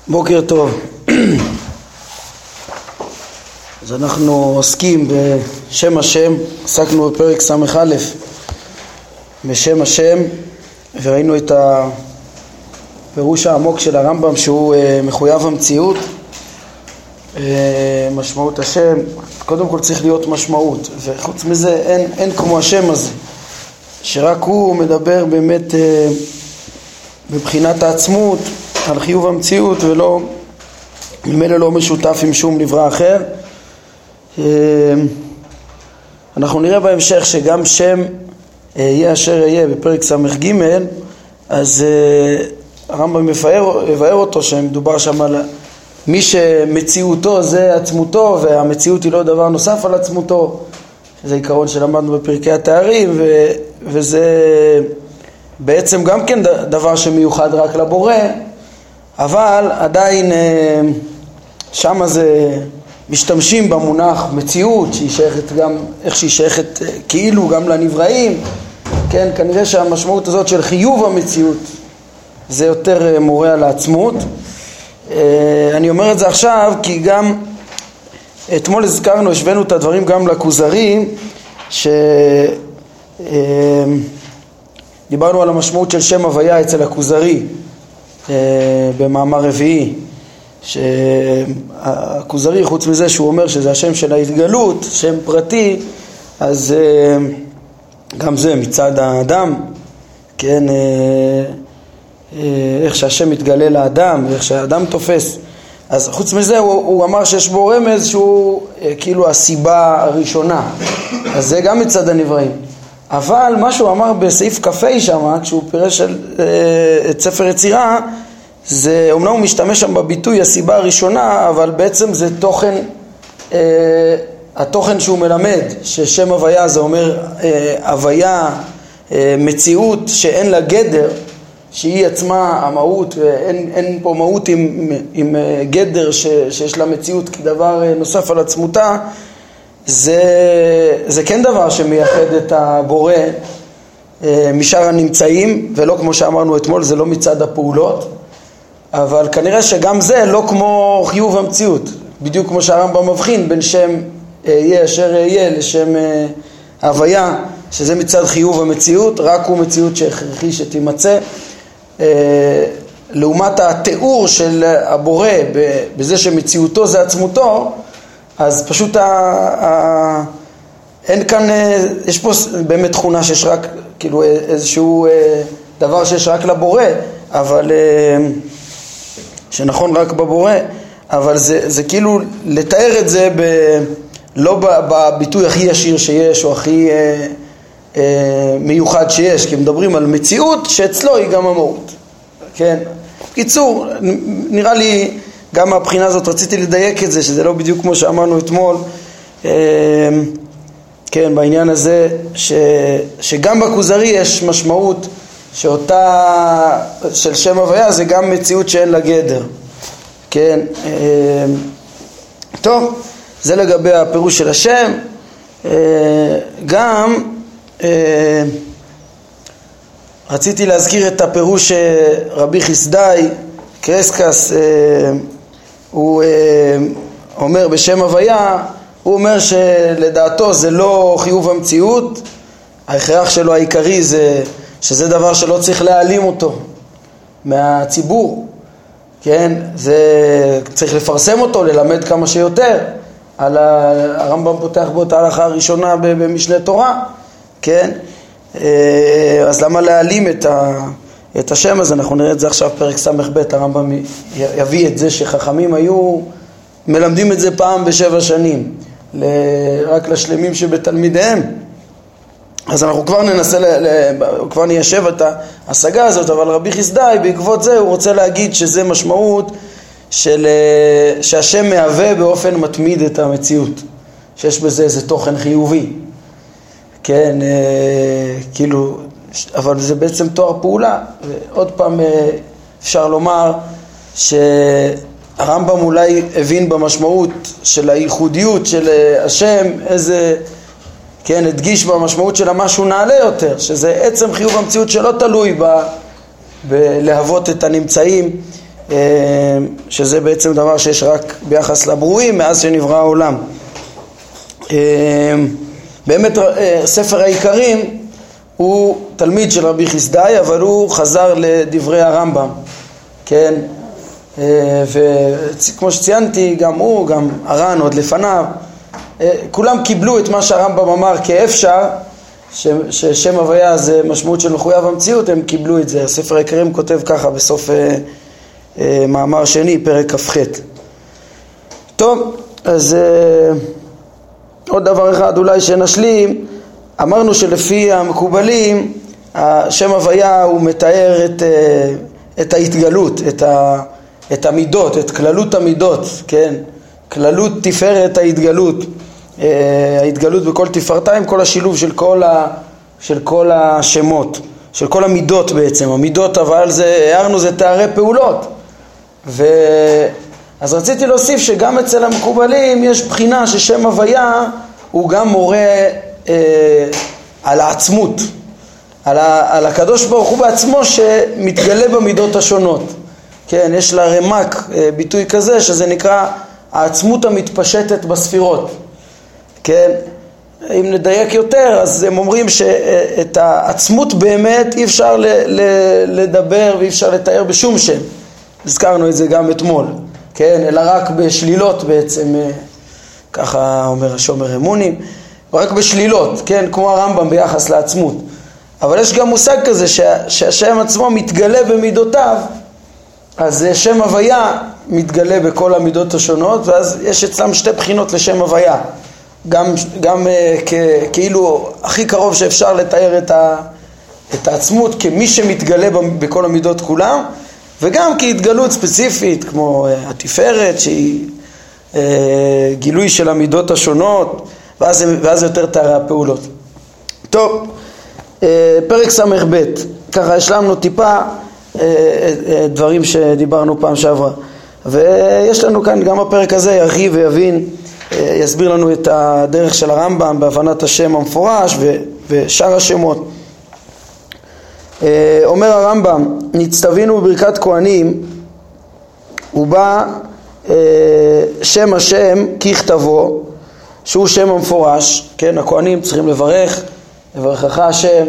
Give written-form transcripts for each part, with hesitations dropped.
בוקר טוב. אז אנחנו עוסקים בשם השם, עסקנו בפרק ס"א בשם השם, וראינו את הפירוש העמוק של הרמב"ם שהוא מחויב המציאות. משמעות השם, קודם כל צריך להיות משמעות, וחוץ מזה אין כמו השם הזה, שרק הוא מדבר באמת מבחינת העצמות על חיוב המציאות, ולא ממילא לא משותף עם שום נברא אחר. אנחנו נראה בהמשך שגם שם יהיה אשר יהיה בפרק ס"ג, אז הרמב"ם יבאר אותו, שמדובר שם על מי שמציאותו זה עצמותו, והמציאות היא לא דבר נוסף על עצמותו. זה עיקרון שלמדנו בפרקי התארים, וזה בעצם גם כן דבר שמיוחד רק לבורא, אבל עדיין שם זה משתמשים במונח מציאות, שהיא שייכת גם, איך שהיא שייכת כאילו גם לנבראים. כן, כנראה שהמשמעות הזאת של חיוב המציאות זה יותר מורה על העצמות. אני אומר את זה עכשיו כי גם אתמול הזכרנו, השווינו את הדברים גם לכוזרי, דיברנו על המשמעות של שם הוויה אצל הכוזרי במאמר רביעי, שהכוזרי חוץ מזה שהוא אומר שזה השם של ההתגלות, שם פרטי, אז גם זה מצד האדם, כן, איך שהשם מתגלה לאדם ואיך שהאדם תופס. אז חוץ מזה הוא אמר שיש בו רמז שהוא כאילו הסיבה הראשונה, אז זה גם מצד הנבראים. אבל מה שהוא אמר בסעיף כ"ה שם, כשהוא פירש את ספר יצירה, זה אומנם הוא משתמש שם בביטוי הסיבה הראשונה, אבל בעצם זה תוכן, התוכן שהוא מלמד, ששם הוויה זה אומר הוויה, מציאות שאין לה גדר, שהיא עצמה המהות, ואין פה מהות עם גדר שיש לה מציאות כדבר נוסף על עצמותה. זה כן דבר שמייחד את הבורא משאר הנמצאים, ולא כמו שאמרנו אתמול, זה לא מצד הפעולות, אבל כנראה שגם זה לא כמו חיוב המציאות, בדיוק כמו שהרמב"ם מבחין בין שם יהיה אשר יהיה לשם הוויה, שזה מצד חיוב המציאות, רק הוא מציאות שהכרחי שתימצא, לעומת התיאור של הבורא בזה שמציאותו זה עצמותו. אז פשוט אין כאן, יש פה באמת תכונה שיש רק, כאילו איזשהו דבר שיש רק לבורא, אבל שנכון רק בבורא, אבל זה כאילו לתאר את זה לא בביטוי הכי ישיר שיש או הכי מיוחד שיש, כי מדברים על מציאות שאצלו היא גם המהות. כן, בקיצור, נראה לי גם מהבחינה הזאת רציתי לדייק את זה, שזה לא בדיוק כמו שאמרנו אתמול, כן, בעניין הזה שגם בכוזרי יש משמעות שאותה של שם הוויה זה גם מציאות שאין לה גדר. כן, טוב, זה לגבי הפירוש של השם. גם רציתי להזכיר את הפירוש רבי חסדאי קרסקס, הוא אומר בשם הוויה, הוא אומר שלדעתו זה לא חיוב המציאות, ההכרח שלו העיקרי זה שזה דבר שלא צריך להעלים אותו מהציבור, כן, זה צריך לפרסם אותו, ללמד כמה שיותר. על הרמב"ם פותח בו את ההלכה הראשונה במשנה תורה, כן, אז למה להעלים את השם הזה? אנחנו נראה את זה עכשיו פרק ס"ב. הרמב"ם יביא את זה שחכמים היו מלמדים את זה פעם ב7 שנים רק לשלמים שבתלמידיהם. אז אנחנו כבר ננסה כבר ניישב את ההשגה הזאת, אבל רבי חסדאי בעקבות זה הוא רוצה להגיד שזה משמעות של שהשם מהווה באופן מתמיד את המציאות, שיש בזה איזה תוכן חיובי, כן, כאילו, אבל זה בעצם תואר פעולה. ועוד פעם אפשר לומר שהרמב"ם אולי הבין במשמעות של הייחודיות של השם, איזה, כן, הדגיש במשמעות של משהו נעלה יותר, שזה עצם חיוב המציאות שלא תלוי בלהוות את הנמצאים, שזה בעצם דבר שיש רק ביחס לברואים מאז שנברא העולם. באמת ספר העיקרים הוא תלמיד של רבי חסדאי, אבל הוא חזר לדברי הרמב"ם, כן? וכמו שציינתי, גם הוא, גם הר"ן עוד לפניו, כולם קיבלו את מה שהרמב"ם אמר כאפשר, ששם הוויה זה משמעות של מחויב המציאות, הם קיבלו את זה. הספר העיקרים כותב ככה בסוף מאמר שני, פרק כ"ח. טוב, אז עוד דבר אחד אולי שנשלים, אמרנו שלפי המקובלים, השם הוויה הוא מתאר את ההתגלות, את המידות, את כללות המידות, כן? כללות תפארת ההתגלות, ההתגלות בכל תפארתה עם כל השילוב של כל השמות, של כל המידות בעצם. המידות אבל הערנו זה תארי פעולות. אז רציתי להוסיף שגם אצל המקובלים יש בחינה ששם הוויה הוא גם מורה על העצמות, על הקדוש ברוך הוא בעצמו שמתגלה במידות השונות. כן, יש לה רמק, ביטוי כזה שזה נקרא העצמות המתפשטת בספירות. כן, אם נדייק יותר אז הם אומרים שאת העצמות באמת אי אפשר לדבר ואי אפשר לתאר בשום שם. הזכרנו את זה גם אתמול, כן, אלא רק בשלילות בעצם, ככה אומר השומר אמונים, רק בשלילות, כן, כמו הרמב"ם ביחס לעצמות. אבל יש גם מושג כזה שהשם עצמו מתגלה במידותיו, אז שם הוויה מתגלה בכל המידות השונות, ואז יש אצלם שתי בחינות לשם הוויה. גם כאילו הכי קרוב שאפשר לתאר את העצמות כמי שמתגלה בכל המידות כולם, וגם כהתגלות ספציפית כמו התפארת שהיא גילוי של המידות השונות, ואז יותר תארי הפעולות. טוב, פרק ס"ב, ככה השלמנו טיפה דברים שדיברנו פעם שעברה, ויש לנו כאן גם הפרק הזה ירחיב ויבין, יסביר לנו את הדרך של הרמב"ם בהבנת השם המפורש ושאר השמות. אומר הרמב"ם, נצטווינו בברכת כהנים ובא שם השם ככתבו, שהוא שם המפורש, כן, הכהנים צריכים לברכך השם,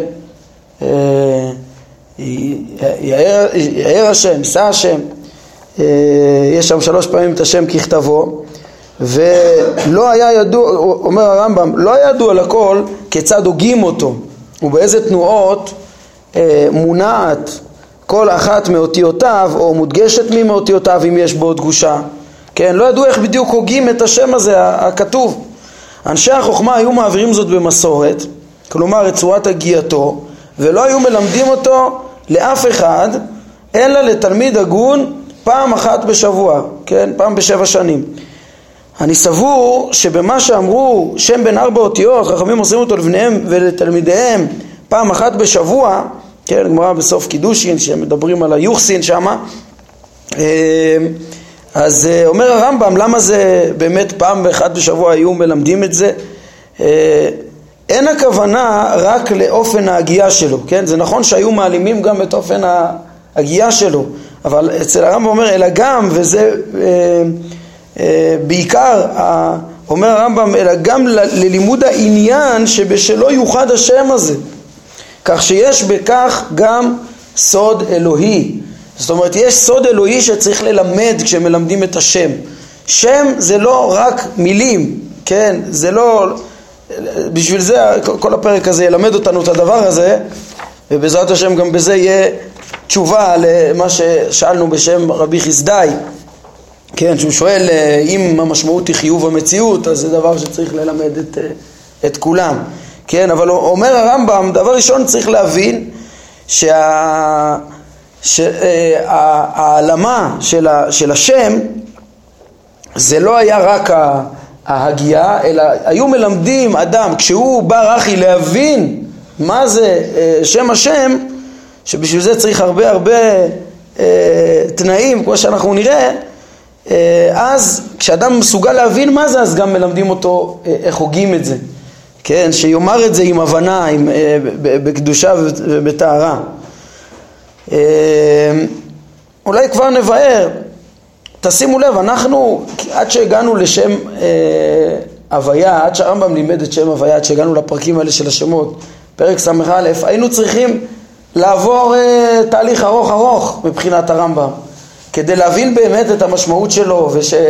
יאר השם, יישא השם, יש שם 3 פעמים את השם ככתבו, ולא היה ידוע, אומר הרמב"ם, לא היה ידוע לכל כיצד הוגים אותו ובאיזה תנועות מונעת כל אחת מאותיותיו או מודגשת מאותיותיו אם יש בו דגושה. כן, לא ידעו איך בדיוק הוגים את השם הזה הכתוב. אנשי החוכמה היו מעבירים זאת במסורת, כלומר את צורת הגיעתו, ולא היו מלמדים אותו לאף אחד אלא לתלמיד הגון פעם אחת בשבוע, כן, פעם ב7 שנים. אני סבור שבמה שאמרו שם בין 4 אותיות, חכמים מוסרים אותו לבניהם ולתלמידיהם פעם אחת בשבוע, כן, גמרא בסוף קידושין שמדברים על היוחסין שמה, אז אומר הרמב"ם למה זה באמת פעם אחת בשבוע היו מלמדים את זה. אין הכוונה רק לאופן ההגייה שלו, כן, זה נכון שהיו מעלימים גם את אופן ההגייה שלו, אבל אצל הרמב"ם אומר אלא גם, וזה בעיקר אומר הרמב"ם, אלא גם ללימוד העניין שבשלו יוחד השם הזה, כך שיש בכך גם סוד אלוהי. זאת אומרת, יש סוד אלוהי שצריך ללמד כשמלמדים את השם. שם זה לא רק מילים, כן, זה לא, בשביל זה כל הפרק הזה ילמד אותנו את הדבר הזה, ובעזרת השם גם בזה יהיה תשובה למה ששאלנו בשם רבי חסדאי, כן, שהוא שואל אם המשמעות היא חיוב המציאות, אז זה דבר שצריך ללמד את כולם, כן, אבל אומר הרמב"ם, דבר ראשון צריך להבין שהעלמה של השם זה לא היה רק ההגייה, אלא היו מלמדים אדם כשהוא בא רחי להבין מה זה שם השם, שבשביל זה צריך הרבה תנאים כמו שאנחנו נראה, אז כשאדם מסוגל להבין מה זה, אז גם מלמדים אותו איך הוגים את זה, כן, שיאמר את זה עם הבנה, בקדושה ובטהרה. אולי כבר נבהר, תשימו לב, אנחנו עד שהגענו לשם הוויה, עד שהרמב"ם לימד את שם הוויה, עד שהגענו לפרקים האלה של השמות, פרק ס"א, היינו צריכים לעבור תהליך ארוך מבחינת הרמב"ם, כדי להבין באמת את המשמעות שלו,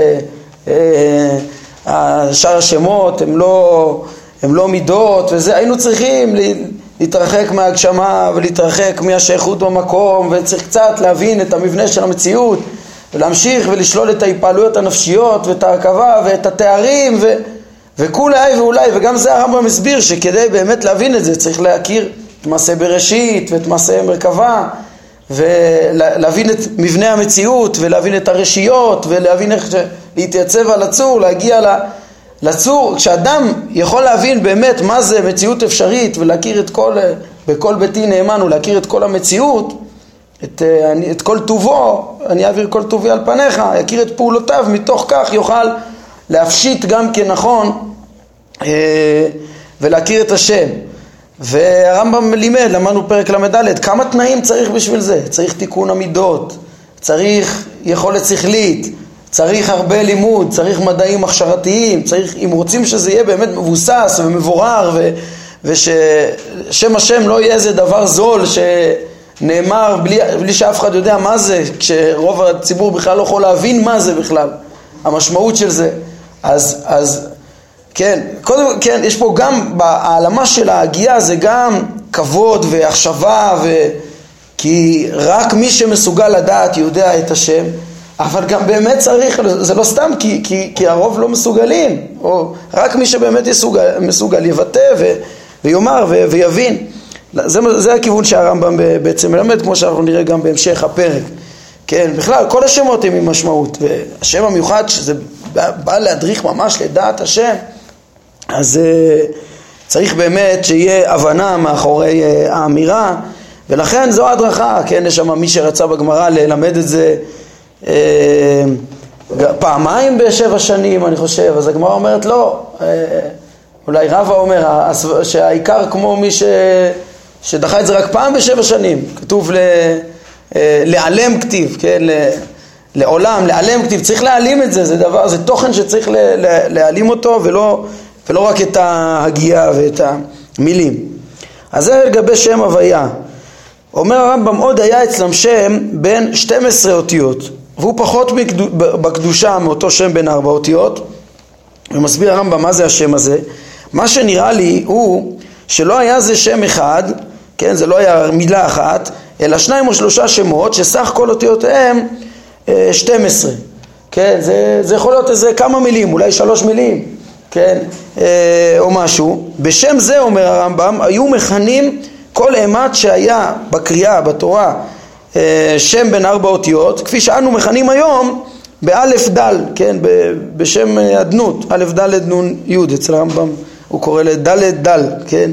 וששאר השמות הם לא מידות, וזה, היינו צריכים להתרחק מההגשמה ולהתרחק מהשייכות במקום, וצריך קצת להבין את המבנה של המציאות, ולהמשיך ולשלול את ההיפעלויות הנפשיות ואת ההרכבה ואת התארים וכולי ואולי, וגם זה הרמב"ם מסביר שכדי באמת להבין את זה צריך להכיר את מעשה בראשית ואת מעשה מרכבה, ולהבין את מבנה המציאות ולהבין את הרשיות ולהבין איך להתייצב על הצור, להגיע לצור. כשאדם יכול להבין באמת מה זה מציאות אפשרית ולהכיר את בכל ביתי נאמן ולהכיר את כל המציאות, את כל טובו, אני אעביר כל טובי על פניך, יכיר את פעולותיו, מתוך כך יוכל להפשיט גם כנכון ולהכיר את השם. והרמב"ם לימד, למדנו פרק למדלת, כמה תנאים צריך בשביל זה? צריך תיקון המידות, צריך יכולת שכלית, צריך הרבה לימוד, צריך מדעים הכשרתיים, צריך, אם רוצים שזה יהיה באמת מבוסס ומבורר וששם השם לא יהיה איזה דבר זול שנאמר בלי שאף אחד יודע מה זה, כשרוב הציבור בכלל לא יכול להבין מה זה בכלל, המשמעות של זה. אז כן, קודם, כן, יש פה גם בעלמה של ההגיעה זה גם כבוד והחשבה, כי רק מי שמסוגל לדעת יודע את השם, אבל גם באמת צריך, זה לא סתם כי הרוב לא מסוגלים, או רק מי שבאמת מסוגל יבטא ויאמר ויבין. זה הכיוון שהרמב"ם בעצם מלמד, כמו שאנחנו נראה גם בהמשך הפרק. כן, בכלל כל השמות הם עם משמעות, והשם המיוחד שזה בא להדריך ממש לדעת השם, אז צריך באמת שיהיה הבנה מאחורי האמירה, ולכן זו הדרכה. כן, יש שם מי שרצה בגמרא ללמד את זה פעמיים ב7 שנים, אני חושב, אז הגמרא אומרת לא, אולי רבא אומר שהעיקר כמו מי שדחה את זה רק פעם ב7 שנים, כתוב לעלם כתיב, כן, לעולם, לעלם כתיב, צריך להעלים את זה, זה דבר, זה תוכן שצריך להעלים אותו, ולא רק את ההגייה ואת המילים. אז זה לגבי שם הוויה. אומר הרמב"ם, עוד היה אצלם שם בין 12 אותיות, והוא פחות בקדושה מאותו שם בין 4 אותיות, ומסביר הרמב"ם מה זה השם הזה. מה שנראה לי הוא שלא היה זה שם אחד, כן, זה לא היה מילה אחת, אלא 2 או 3 שמות שסך כל אותיותיהם 12. כן, זה יכול להיות איזה כמה מילים, אולי 3 מילים, כן, או משהו. בשם זה, אומר הרמב"ם, היו מכנים כל אימת שהיה בקריאה, בתורה, שם בין 4 אותיות, כפי שאנו מכנים היום באלף דל, כן, בשם אדנות, א' ד' נ' י', אצל הרמב"ם הוא קורא לד' דל, כן.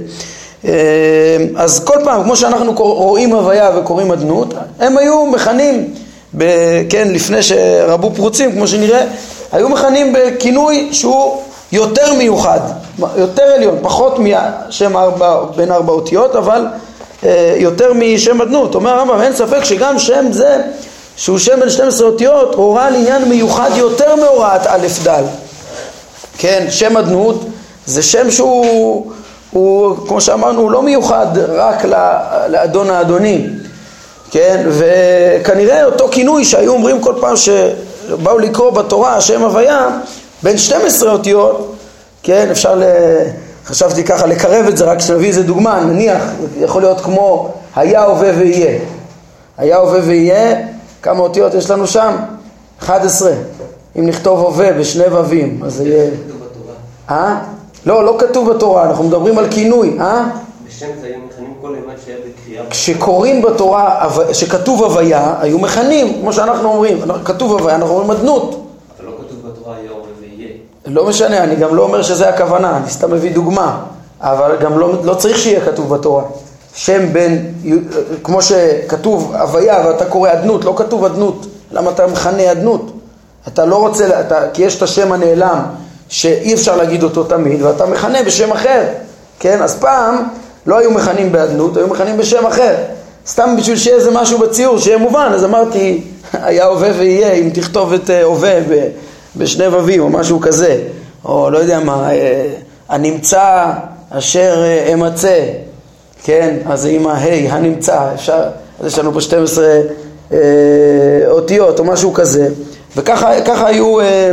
אז כל פעם, כמו שאנחנו רואים הוויה וקוראים אדנות, הם היו מכנים, כן, לפני שרבו פרוצים, כמו שנראה, היו מכנים בכינוי שהוא יותר מיוחד, יותר עליון, פחות משם בין 4 אותיות, אבל יותר משם אדנות. אומר הרמב"ם, אין ספק שגם שם זה, שהוא שם בין 12 אותיות, הוראה על עניין מיוחד יותר מהוראת א' ד'. כן, שם אדנות זה שם שהוא, כמו שאמרנו, הוא לא מיוחד רק לאדון האדונים. כן, וכנראה אותו כינוי שהיו אומרים כל פעם שבאו לקרוא בתורה שם הוויה, בין 12 אותיות, כן, אפשר חשבתי ככה לקרב את זה, רק שנביא איזה דוגמה, נניח, יכול להיות כמו היה, הווה ויהיה. היה, הווה ויהיה, כמה אותיות יש לנו שם? 11. אם נכתוב הווה בשני וווים, אז זה יהיה... כתוב בתורה. לא כתוב בתורה, אנחנו מדברים על כינוי, בשם זה היו מכנים כל אימת שהיה בקריאה. כשקוראים בתורה, שכתוב הוויה, היו מכנים, כמו שאנחנו אומרים, כתוב הוויה, אנחנו אומרים אדנות. אבל לא כתוב בתורה היה, הווה ויהיה. לא משנה, אני גם לא אומר שזה הכוונה, אני סתם מביא דוגמה, אבל גם לא צריך שיהיה כתוב בתורה. שם בין, כמו שכתוב הוויה ואתה קורא אדנות, לא כתוב אדנות. למה אתה מכנה אדנות? אתה לא רוצה, כי יש את השם הנעלם שאי אפשר להגיד אותו תמיד, ואתה מכנה בשם אחר. כן, אז פעם לא היו מכנים באדנות, היו מכנים בשם אחר. סתם בשביל שיהיה איזה משהו בציור, שיהיה מובן, אז אמרתי היה הווה ויהיה, אם תכתוב את הווה בשני ווים או משהו כזה, או לא יודע מה, הנמצא אשר אמצא, כן, אז עם ההי, הנמצא, אפשר, אז יש לנו פה 12 אותיות או משהו כזה, וככה היו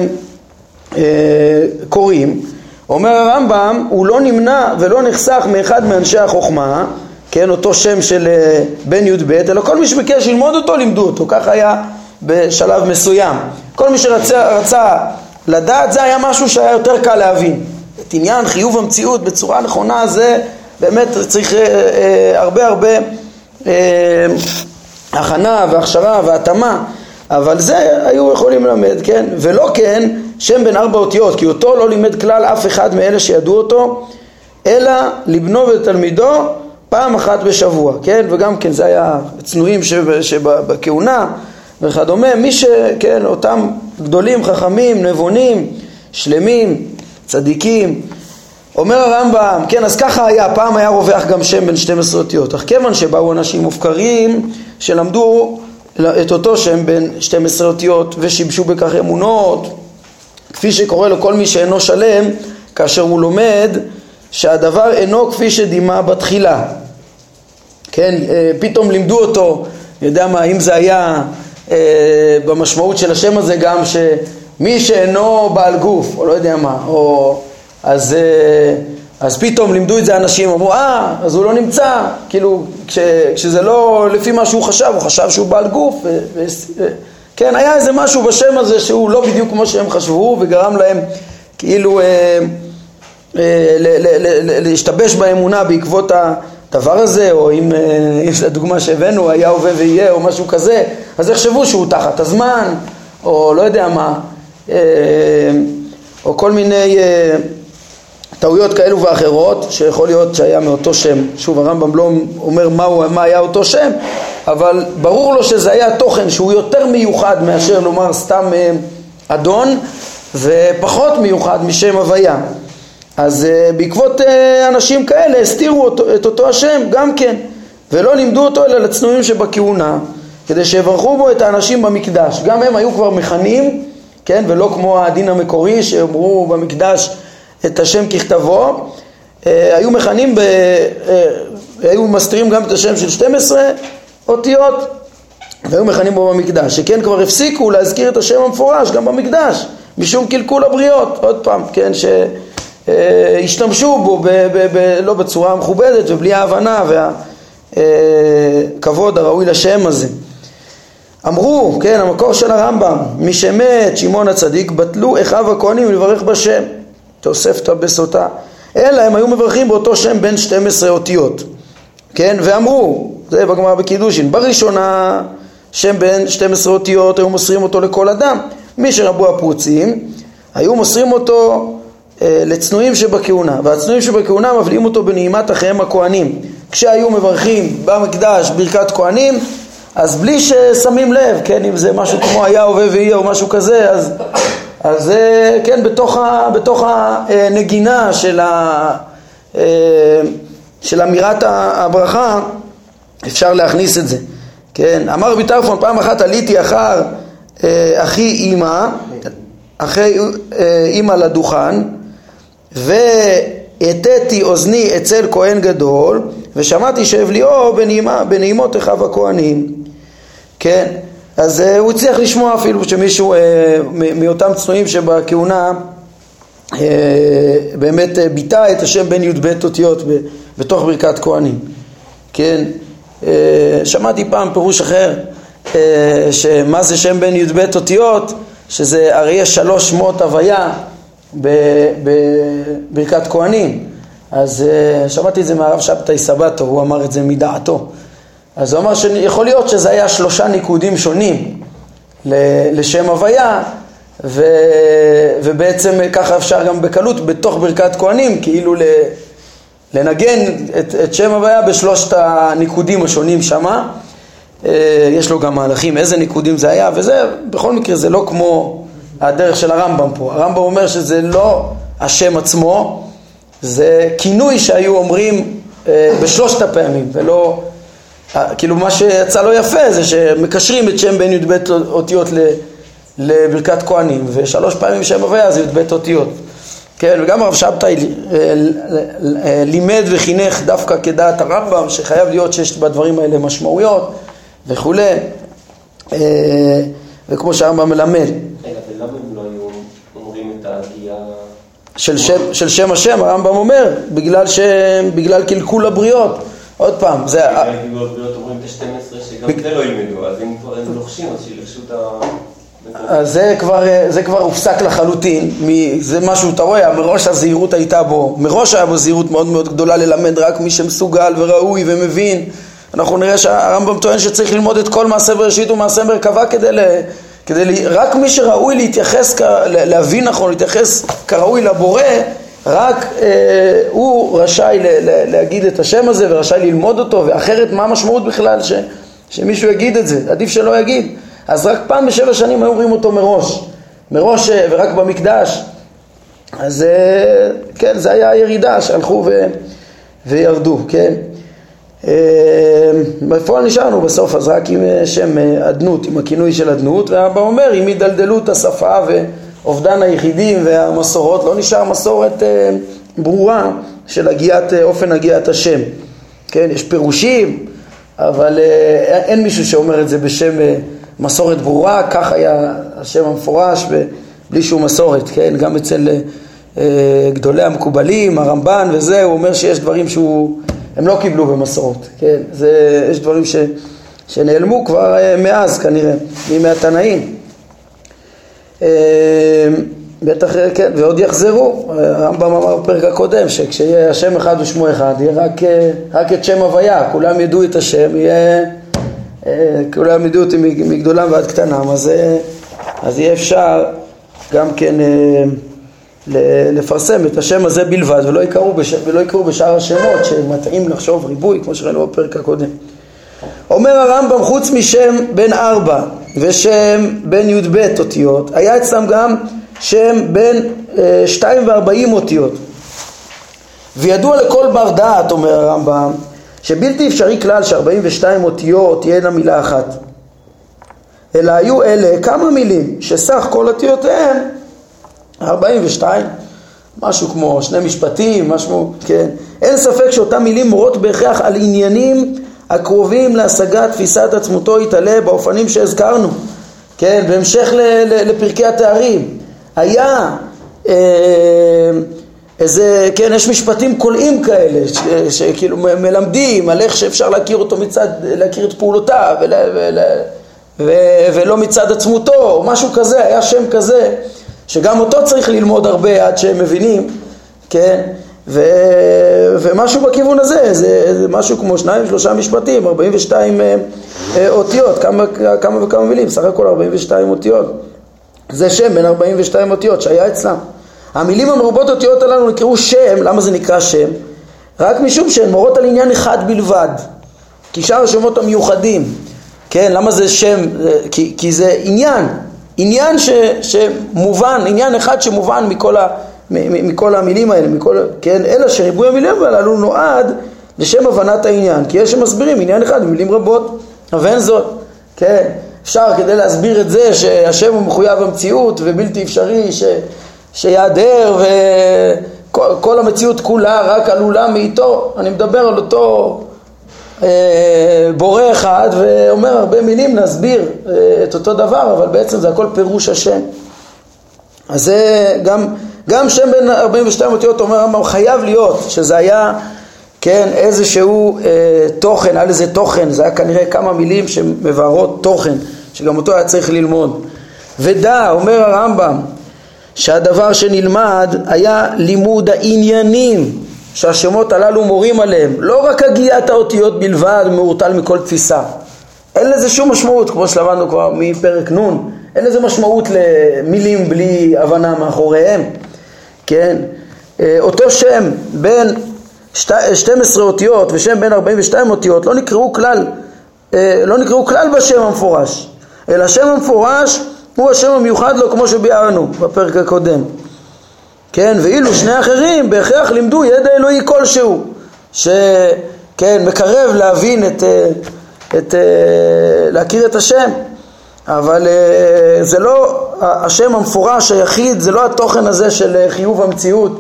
קוראים. אומר הרמב"ם, הוא לא נמנע ולא נחסך מאחד מאנשי החוכמה, כן, אותו שם של בן י"ב, אלא כל מי שביקש ללמוד אותו, לימדו אותו. כך היה בשלב מסוים. כל מי שרצה לדעת, זה היה משהו שהיה יותר קל להבין. את עניין חיוב המציאות בצורה נכונה, זה באמת צריך הרבה הכנה והכשרה והתאמה, אבל זה היו יכולים ללמד, כן? ולא כן שם בין 4 אותיות, כי אותו לא לימד כלל אף אחד מאלה שידעו אותו, אלא לבנו ולתלמידו פעם אחת בשבוע, כן? וגם כן זה היה צנועים שבכהונה וכדומה, מי שכן, אותם גדולים, חכמים, נבונים, שלמים, צדיקים. אומר הרמב"ם, כן, אז ככה היה, פעם היה רווח גם שם בין 12 אותיות, אך כיוון שבאו אנשים מופקרים שלמדו את אותו שם בין 12 אותיות ושיבשו בכך אמונות, כפי שקורא לו כל מי שאינו שלם, כאשר הוא לומד שהדבר אינו כפי שדימה בתחילה. כן, פתאום לימדו אותו, יודע מה, אם זה היה במשמעות של השם הזה גם שמי שאינו בעל גוף, או לא יודע מה, או אז פתאום לימדו את זה אנשים, אמרו, אז הוא לא נמצא, כאילו, כשזה לא לפי מה שהוא חשב, הוא חשב שהוא בעל גוף, כן, היה איזה משהו בשם הזה שהוא לא בדיוק כמו שהם חשבו, וגרם להם כאילו להשתבש באמונה בעקבות הדבר הזה, או אם הדוגמה שהבאנו היה הווה ויהיה או משהו כזה, אז יחשבו שהוא תחת הזמן, או לא יודע מה, או כל מיני טעויות כאלו ואחרות, שיכול להיות שהיה מאותו שם. שוב, הרמב"ם לא אומר מה היה אותו שם, אבל ברור לו שזה היה תוכן שהוא יותר מיוחד מאשר לומר סתם אדון, ופחות מיוחד משם הוויה. אז בעקבות אנשים כאלה הסתירו את אותו השם גם כן, ולא לימדו אותו אלא לצנועים שבכהונה, כדי שיברכו בו את האנשים במקדש. גם הם היו כבר מכנים, כן, ולא כמו הדין המקורי שאמרו במקדש את השם ככתבו, היו מכנים, היו מסתירים גם את השם של 12 אותיות, והיו מכנים בו במקדש, שכן כבר הפסיקו להזכיר את השם המפורש גם במקדש, משום קלקול הבריות, עוד פעם, כן, שהשתמשו בו לא בצורה מכובדת ובלי ההבנה והכבוד הראוי לשם הזה. אמרו, כן, המקור של הרמב"ם, מי שמת שמעון הצדיק, בטלו אחיו הכהנים לברך בשם, תוספתא בסוטה, אלא הם היו מברכים באותו שם בין 12 אותיות, כן, ואמרו, זה בגמרא בקידושין, בראשונה שם בין 12 אותיות היו מוסרים אותו לכל אדם, מי שרבו הפרוצים היו מוסרים אותו לצנועים שבכהונה, והצנועים שבכהונה מבליעים אותו בנעימת אחיהם הכהנים. כשהיו מברכים במקדש ברכת כהנים, אז בלי ששמים לב, כן, אם זה משהו כמו היה הווה ויהיה או משהו כזה, אז כן, בתוך הנגינה של אמירת הברכה אפשר להכניס את זה. כן, אמר רבי טרפון, פעם אחת עליתי אחר אחי אמא לדוכן, והטתי אוזני אצל כהן גדול, ושמעתי שהבליעו בנעימות אחיו הכהנים. כן, אז הוא הצליח לשמוע אפילו שמישהו מאותם צנועים שבכהונה באמת ביטא את השם בן י"ב אותיות בתוך ברכת כהנים. כן, שמעתי פעם פירוש אחר, שמה זה שם בן י"ב אותיות, שזה הרי יש 3 שמות הוויה בברכת כהנים. אז שמעתי את זה מהרב שבתאי סבתו, הוא אמר את זה מדעתו. אז הוא אמר שיכול להיות שזה היה 3 ניקודים שונים לשם הוויה, ובעצם ככה אפשר גם בקלות בתוך ברכת כהנים כאילו לנגן את שם הוויה ב3 הניקודים השונים שמה. יש לו גם מהלכים איזה ניקודים זה היה, וזה בכל מקרה זה לא כמו הדרך של הרמב"ם פה. הרמב"ם אומר שזה לא השם עצמו, זה כינוי שהיו אומרים ב3 הפעמים, ולא כאילו מה שיצא לו יפה זה שמקשרים את שם בין י"ב אותיות לברכת כהנים, ושלוש פעמים שם הוויה זה י"ב אותיות. כן, וגם הרב שבתאי לימד וחינך דווקא כדעת הרמב"ם, שחייב להיות שיש בדברים האלה משמעויות וכו'. וכמו שהרמב"ם מלמד. רגע, ולמה הם לא היו אומרים את ההגיעה? של שם השם, הרמב"ם אומר, בגלל קלקול הבריות. עוד פעם, זה... בגלל קלקול הבריות אומרים את ה-12 שגם זה לא ילמדו, אז אם כבר הם לוחשים, אז שילחשו את ה... אז זה כבר הופסק לחלוטין, זה משהו, אתה רואה, מראש הזהירות הייתה בו, מראש היה בו זהירות מאוד מאוד גדולה ללמד רק מי שמסוגל וראוי ומבין. אנחנו נראה שהרמב"ם טוען שצריך ללמוד את כל מעשה בראשית ומעשה מרכבה רק מי שראוי להתייחס, להבין נכון, להתייחס כראוי לבורא, רק הוא רשאי להגיד את השם הזה ורשאי ללמוד אותו, ואחרת מה המשמעות בכלל שמישהו יגיד את זה? עדיף שלא יגיד. אז רק פעם ב7 שנים היו אומרים אותו מראש ורק במקדש. אז כן, זה היה הירידה שהלכו וירדו, כן. בפועל נשארנו בסוף אז רק עם שם עדנות, עם הכינוי של עדנות, והרמב"ם אומר אם ידלדלו את השפה ואובדן היחידים והמסורות, לא נשאר מסורת ברורה של אופן הגיעת השם. כן, יש פירושים, אבל אין מישהו שאומר את זה בשם מסורת ברורה, כך היה השם המפורש בלי שום מסורת. כן, גם אצל גדולי המקובלים, הרמב"ן וזה, הוא אומר שיש דברים הם לא קיבלו במסורות, כן? יש דברים שנעלמו כבר מאז כנראה, מימי התנאים. בטח, כן, ועוד יחזרו. הרמב"ם אמר בפרק הקודם, שכשיהיה השם אחד ושמו אחד, יהיה רק את שם הוויה, כולם ידעו את השם, כולם ידעו אותי מגדולם ועד קטנם, אז יהיה אפשר גם כן לפרסם את השם הזה בלבד, ולא יקראו בשאר השמות שמתאים לחשוב ריבוי, כמו שראינו בפרק הקודם. אומר הרמב"ם, חוץ משם בן 4 ושם בן י"ב אותיות, היה אצלם גם שם בן 2 ו40 אותיות. וידוע לכל בר דעת, אומר הרמב"ם, שבלתי אפשרי כלל ש42 אותיות תהיינה מילה אחת, אלא היו אלה כמה מילים שסך כל אותיותיהם 42, משהו כמו 2 משפטים, משהו, כן. אין ספק שאותם מילים מורות בהכרח על עניינים הקרובים להשגת תפיסת עצמותו יתעלה באופנים שהזכרנו, כן, בהמשך לפרקי התארים. היה איזה, כן, יש משפטים קולעים כאלה שכאילו מלמדים על איך שאפשר להכיר אותו להכיר את פעולותיו ולא מצד עצמותו, או משהו כזה. היה שם כזה שגם אותו צריך ללמוד הרבה עד שהם מבינים, כן, ומשהו בכיוון הזה, זה משהו כמו 2-3 משפטים, 42 אותיות, כמה וכמה מילים, סך הכל 42 אותיות. זה שם בין 42 אותיות שהיה אצלם. המילים המרובות אותיות הללו נקראו שם. למה זה נקרא שם? רק משום שהן מורות על עניין אחד בלבד, כי שאר השמות המיוחדים, כן, למה זה שם? כי זה עניין שמובן, עניין אחד שמובן מכל המילים האלה, כן, אלא שריבוי המילים הללו נועד לשם הבנת העניין, כי יש שמסבירים עניין אחד במילים רבות, אבל אין זאת, כן, אפשר כדי להסביר את זה שהשם הוא מחויב המציאות ובלתי אפשרי שיעדר וכל המציאות כולה רק עלולה מאיתו. אני מדבר על אותו בורא אחד ואומר הרבה מילים להסביר את אותו דבר, אבל בעצם זה הכל פירוש השם. אז זה גם שם בין 42 אותיות, אומר חייב להיות שזה היה, כן, איזשהו תוכן, על איזה תוכן, זה היה כנראה כמה מילים שמבארות תוכן, שגם אותו היה צריך ללמוד. ודע, אומר הרמב"ם, שהדבר שנלמד היה לימוד העניינים שהשמות הללו מורים עליהם, לא רק הגיית האותיות בלבד מעורטל מכל תפיסה. אין לזה שום משמעות, כמו שלמדנו כבר מפרק נון, אין לזה משמעות למילים בלי הבנה מאחוריהם, כן? אותו שם בין 12 אותיות ושם בין 42 אותיות לא נקראו כלל בשם המפורש, אלא השם המפורש הוא השם המיוחד לו, כמו שביארנו בפרק הקודם, כן? ואילו שני אחרים בהכרח לימדו ידע אלוהי כלשהו, כן, מקרב להבין להכיר את השם, אבל זה לא השם המפורש היחיד, זה לא התוכן הזה של חיוב המציאות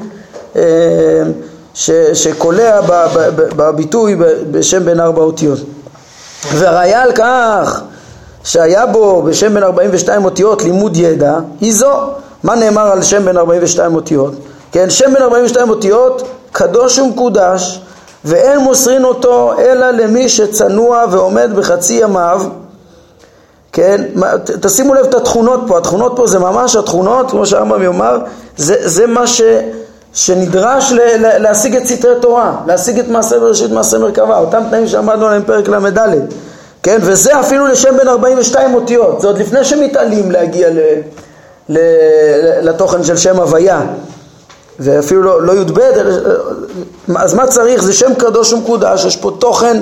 שקולע בביטוי בשם בין 4 אותיות. והראיה על כך שהיה בו בשם בין 42 אותיות לימוד ידע היא זו. מה נאמר על שם בין 42 אותיות? כן, שם בין 42 אותיות קדוש ומקודש, ואין מוסרין אותו אלא למי שצנוע ועומד בחצי ימיו. כן, תשימו לב את התכונות פה, התכונות פה זה ממש התכונות, כמו שהרמב"ם יאמר, זה מה שנדרש להשיג את סתרי תורה, להשיג את מעשה בראשית, מעשה מרכבה, אותם תנאים שעמדנו עליהם פרק למד. כן, וזה אפילו לשם בין 42 אותיות, זה עוד לפני שמתעלים להגיע לתוכן של שם הוויה, ואפילו לא י"ב. אז מה צריך? זה שם קדוש ומקודש, יש פה תוכן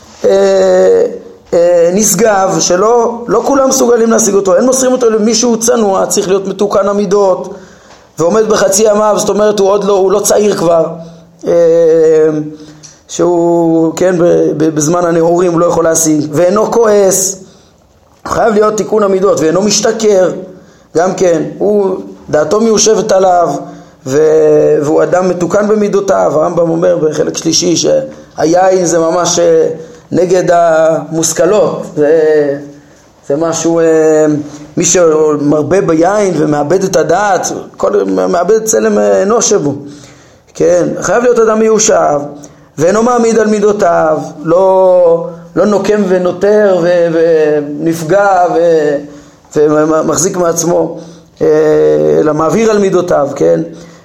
נשגב שלא כולם מסוגלים להשיג אותו, אין מוסרים אותו למישהו צנוע, צריך להיות מתוקן המידות ועומד בחצי ימיו, זאת אומרת הוא לא צעיר כבר, שהוא כן בזמן הנעורים הוא לא יכול להשיג, ואינו כועס, חייב להיות תיקון המידות, ואינו משתכר גם כן, הוא דעתו מיושבת עליו, והוא אדם מתוקן במידותיו. הרמב"ם אומר בחלק שלישי שהיין זה ממש נגד המושכלות, זה משהו, מי שמרבה ביין ומאבד את הדעת, מאבד את צלם אנוש שבו. כן, חייב להיות אדם מיושב, ואינו מעמיד על מידותיו, לא נוקם ונותר ונפגע ומחזיק מעצמו, אלא מעביר על מידותיו, כן?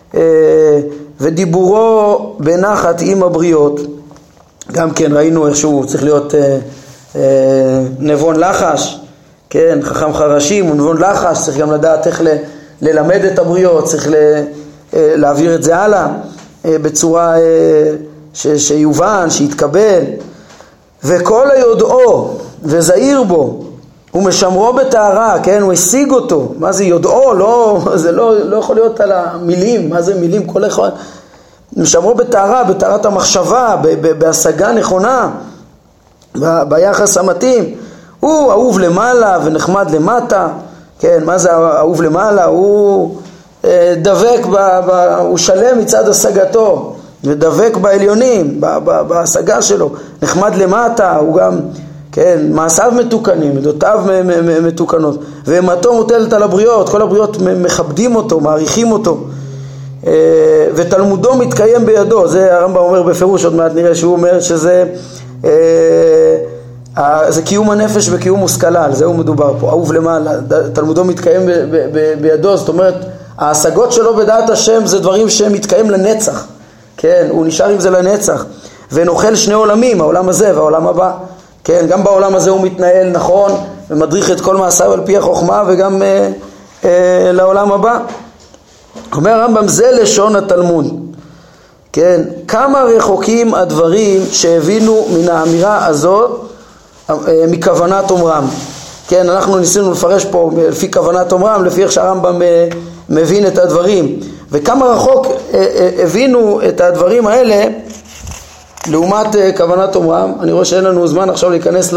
ודיבורו בנחת עם הבריות, גם כן ראינו איך שהוא צריך להיות נבון לחש, כן? חכם חרשים ונבון לחש, צריך גם לדעת איך ללמד את הבריות, צריך להעביר את זה הלאה בצורה שיובן, שיתקבל. וכל היודעו וזהיר בו ומשמרו בטהרה, כן, הוא השיג אותו. מה זה יודעו? זה לא יכול להיות על המילים. מה זה מילים? כל אחד משמרו בטהרה, בטהרת המחשבה, בהשגה נכונה, ביחס המתאים. הוא אהוב למעלה ונחמד למטה. כן, מה זה אהוב למעלה? הוא דבק, הוא שלם מצד השגתו ודבק בעליונים, בהשגה שלו. נחמד למטה, הוא גם, כן, מעשיו מתוקנים, מידותיו מתוקנות, ואימתו מוטלת על הבריות, כל הבריות מכבדים אותו, מעריכים אותו, ותלמודו מתקיים בידו. זה הרמב"ם אומר בפירוש, עוד מעט נראה שהוא אומר שזה זה קיום הנפש וקיום מושכלה, על זה הוא מדובר פה, אהוב למעלה, תלמודו מתקיים בידו, זאת אומרת ההשגות שלו בדעת השם זה דברים שמתקיים לנצח, כן, הוא נשאר עם זה לנצח, ונוכל שני עולמים, העולם הזה והעולם הבא. כן, גם בעולם הזה הוא מתנהל נכון ומדריך את כל מעשיו על פי החוכמה, וגם לעולם הבא. אומר הרמב"ם, זה לשון התלמוד. כן, כמה רחוקים הדברים שהבינו מן האמירה הזאת מכוונת אומרם. כן, אנחנו ניסינו לפרש פה לפי כוונת אומרם, לפי איך שהרמב"ם מבין את הדברים, וכמה רחוק הבינו את הדברים האלה לעומת כוונת אומרם. אני רואה שאין לנו זמן עכשיו להיכנס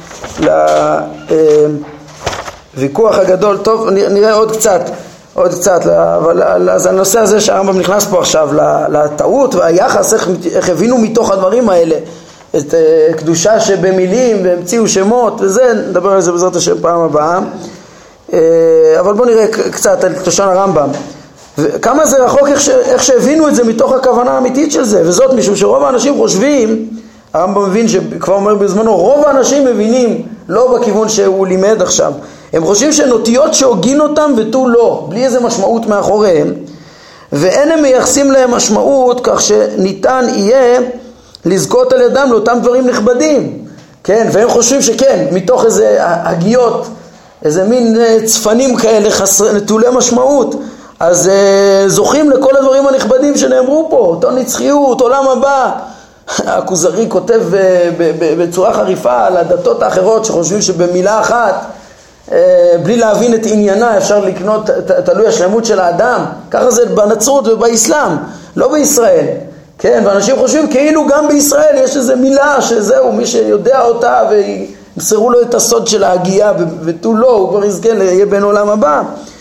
לוויכוח הגדול. טוב, נראה עוד קצת, אבל אז הנושא הזה שהרמב"ם נכנס פה עכשיו לטעות והיחס, איך הבינו מתוך הדברים האלה את קדושה שבמילים והמציאו שמות, וזה נדבר על זה בעזרת השם פעם הבאה. אבל בואו נראה קצת על לשון הרמב"ם, וכמה זה רחוק איך שהבינו את זה מתוך הכוונה האמיתית של זה. וזאת משום שרוב האנשים חושבים, הרמב"ם מבין שכבר אומר בזמנו, רוב האנשים מבינים לא בכיוון שהוא לימד עכשיו, הם חושבים שנוטיות שהוגין אותם ותו לא, בלי איזה משמעות מאחוריהם, ואין הם מייחסים להם משמעות כך שניתן יהיה לזכות על ידם לאותם דברים נכבדים. כן, והם חושבים שכן, מתוך איזה הגיות, איזה מין צפנים כאלה נטולי משמעות, אז זוכים לכל הדברים הנכבדים שנאמרו פה, אותו נצחיות, עולם הבא. הכוזרי כותב בצורה חריפה על הדתות האחרות שחושבים שבמילה אחת, בלי להבין את עניינה, אפשר לקנות תלוי השלמות של האדם. ככה זה בנצרות ובאסלאם, לא בישראל. כן, ואנשים חושבים כאילו גם בישראל יש איזו מילה שזהו, מי שיודע אותה וימסרו לו את הסוד של ההגייה ותו לא, הוא כבר יזכה יהיה בן עולם הבא.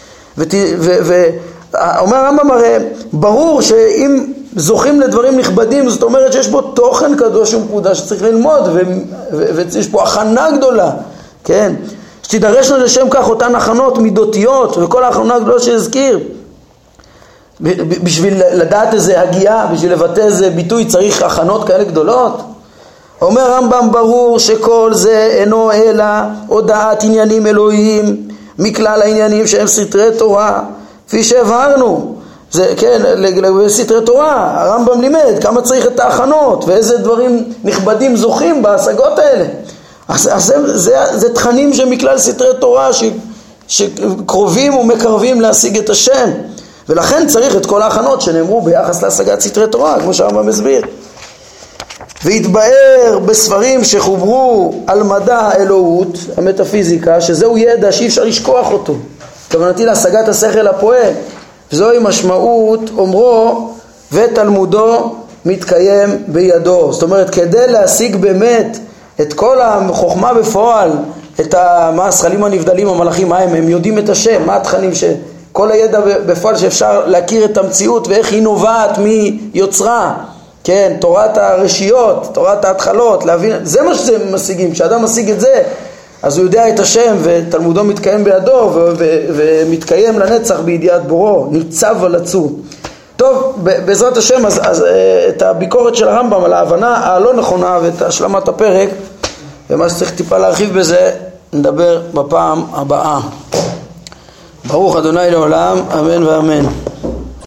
ואומר הרמב"ם, הרי ברור שאם זוכים לדברים נכבדים, זאת אומרת שיש בו תוכן קדוש ומקודש שצריך ללמוד, ויש פה הכנה גדולה, כן? שתידרשנו לשם כך אותן הכנות מידותיות, וכל ההכנה הגדולה שהזכיר. בשביל לדעת איזה הגיעה, בשביל לבטא איזה ביטוי, צריך הכנות כאלה גדולות. אומר רמב"ם, ברור שכל זה אינו אלא הודעת עניינים אלוהיים מכלל העניינים שהם סתרי תורה, כפי שהבהרנו. זה כן, לגבי סתרי תורה, הרמב"ם לימד כמה צריך את ההכנות ואיזה דברים נכבדים זוכים בהשגות האלה. אז זה תכנים שמכלל סתרי תורה שקרובים ומקרבים להשיג את השם, ולכן צריך את כל ההכנות שנאמרו ביחס להשגת סתרי תורה, כמו שהרמב"ם מסביר. והתבאר בספרים שחוברו על מדע האלוהות, המטאפיזיקה, שזהו ידע שאי אפשר לשכוח אותו, כוונתי להשגת השכל הפועל, וזוהי משמעות אומרו ותלמודו מתקיים בידו. זאת אומרת, כדי להשיג באמת את כל החוכמה בפועל, את מה השכלים הנבדלים, המלאכים, מה הם יודעים את השם, מה התכנים, כל הידע בפועל שאפשר להכיר את המציאות ואיך היא נובעת מיוצרה, כן, תורת הרשיות, תורת ההתחלות, להבין, זה מה שזה משיגים. כשאדם משיג את זה, אז הוא יודע את השם ותלמודו מתקיים בידו ומתקיים לנצח בידיעת בורו, ניצב על הצור. טוב, בעזרת השם, אז את הביקורת של הרמב"ם על ההבנה הלא נכונה ואת השלמת הפרק ומה שצריך טיפה להרחיב בזה נדבר בפעם הבאה. ברוך אדוני לעולם, אמן ואמן.